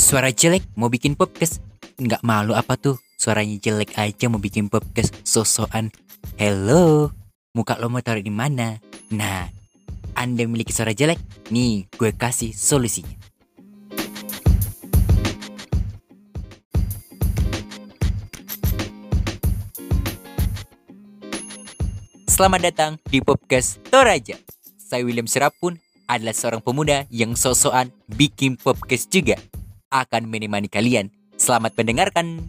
Suara jelek mau bikin podcast? Nggak malu apa tuh? Suaranya jelek aja mau bikin podcast sosokan. Hello, muka lo mau taruh di mana? Nah, Anda memiliki suara jelek? Nih, gue kasih solusinya. Selamat datang di podcast Toraja. Saya William Sirapun adalah seorang pemuda yang sosokan bikin podcast juga. Akan menemani kalian. Selamat mendengarkan.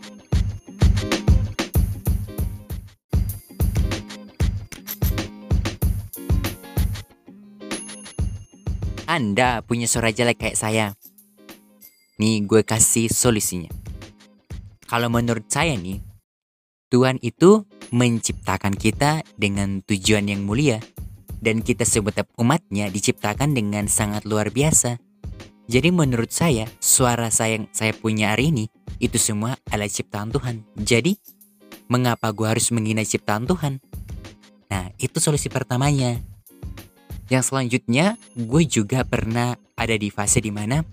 Anda punya suara jelek kayak saya. Nih gue kasih solusinya. Kalau menurut saya nih, Tuhan itu menciptakan kita dengan tujuan yang mulia. Dan kita sebagai umatnya diciptakan dengan sangat luar biasa. Jadi menurut saya, suara yang saya punya hari ini, itu semua adalah ciptaan Tuhan. Jadi, mengapa gue harus menghina ciptaan Tuhan? Nah, itu solusi pertamanya. Yang selanjutnya, gue juga pernah ada di fase dimana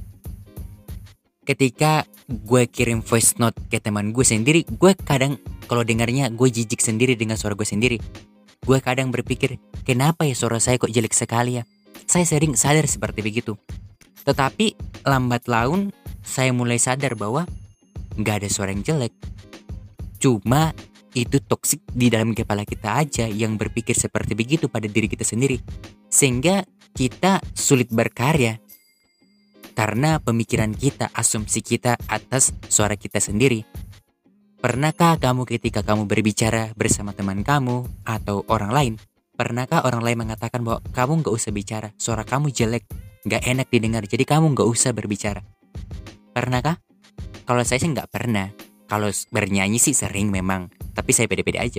ketika gue kirim voice note ke teman gue sendiri, gue kadang kalau dengarnya gue jijik sendiri dengan suara gue sendiri. Gue kadang berpikir, kenapa ya suara saya kok jelek sekali ya? Saya sering sadar seperti begitu. Tetapi lambat laun saya mulai sadar bahwa nggak ada suara yang jelek. Cuma itu toksik di dalam kepala kita aja yang berpikir seperti begitu pada diri kita sendiri. Sehingga kita sulit berkarya. Karena pemikiran kita, asumsi kita atas suara kita sendiri. Pernahkah kamu ketika kamu berbicara bersama teman kamu atau orang lain, pernahkah orang lain mengatakan bahwa kamu gak usah bicara, suara kamu jelek, gak enak didengar, jadi kamu gak usah berbicara? Pernahkah? Kalau saya sih gak pernah. Kalau bernyanyi sih sering memang, tapi saya pede-pede aja.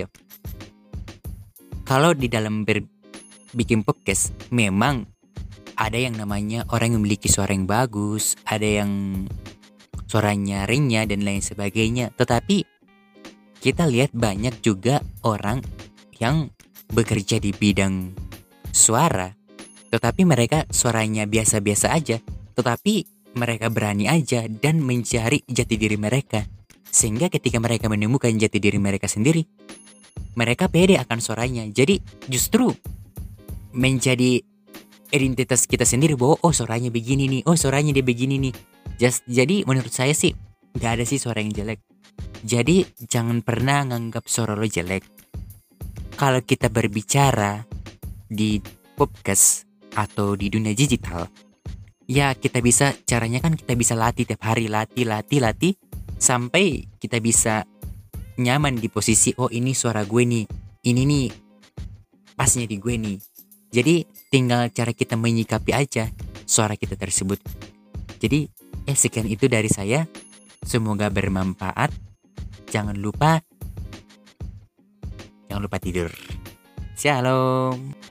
Kalau di dalam bikin podcast, memang ada yang namanya orang yang memiliki suara yang bagus, ada yang suaranya renyah dan lain sebagainya. Tetapi kita lihat banyak juga orang yang bekerja di bidang suara, tetapi mereka suaranya biasa-biasa aja, tetapi mereka berani aja dan mencari jati diri mereka. Sehingga ketika mereka menemukan jati diri mereka sendiri, mereka pede akan suaranya. Jadi justru menjadi identitas kita sendiri bahwa oh suaranya begini nih, oh suaranya dia begini nih. Jadi menurut saya sih gak ada sih suara yang jelek. Jadi jangan pernah nganggap suara lo jelek. Kalau kita berbicara di podcast atau di dunia digital, ya kita bisa, caranya kan kita bisa latih tiap hari, latih sampai kita bisa nyaman di posisi oh ini suara gue nih, ini nih pasnya di gue nih. Jadi tinggal cara kita menyikapi aja suara kita tersebut. Jadi sekian itu dari saya. Semoga bermanfaat. Jangan lupa tidur. Shalom.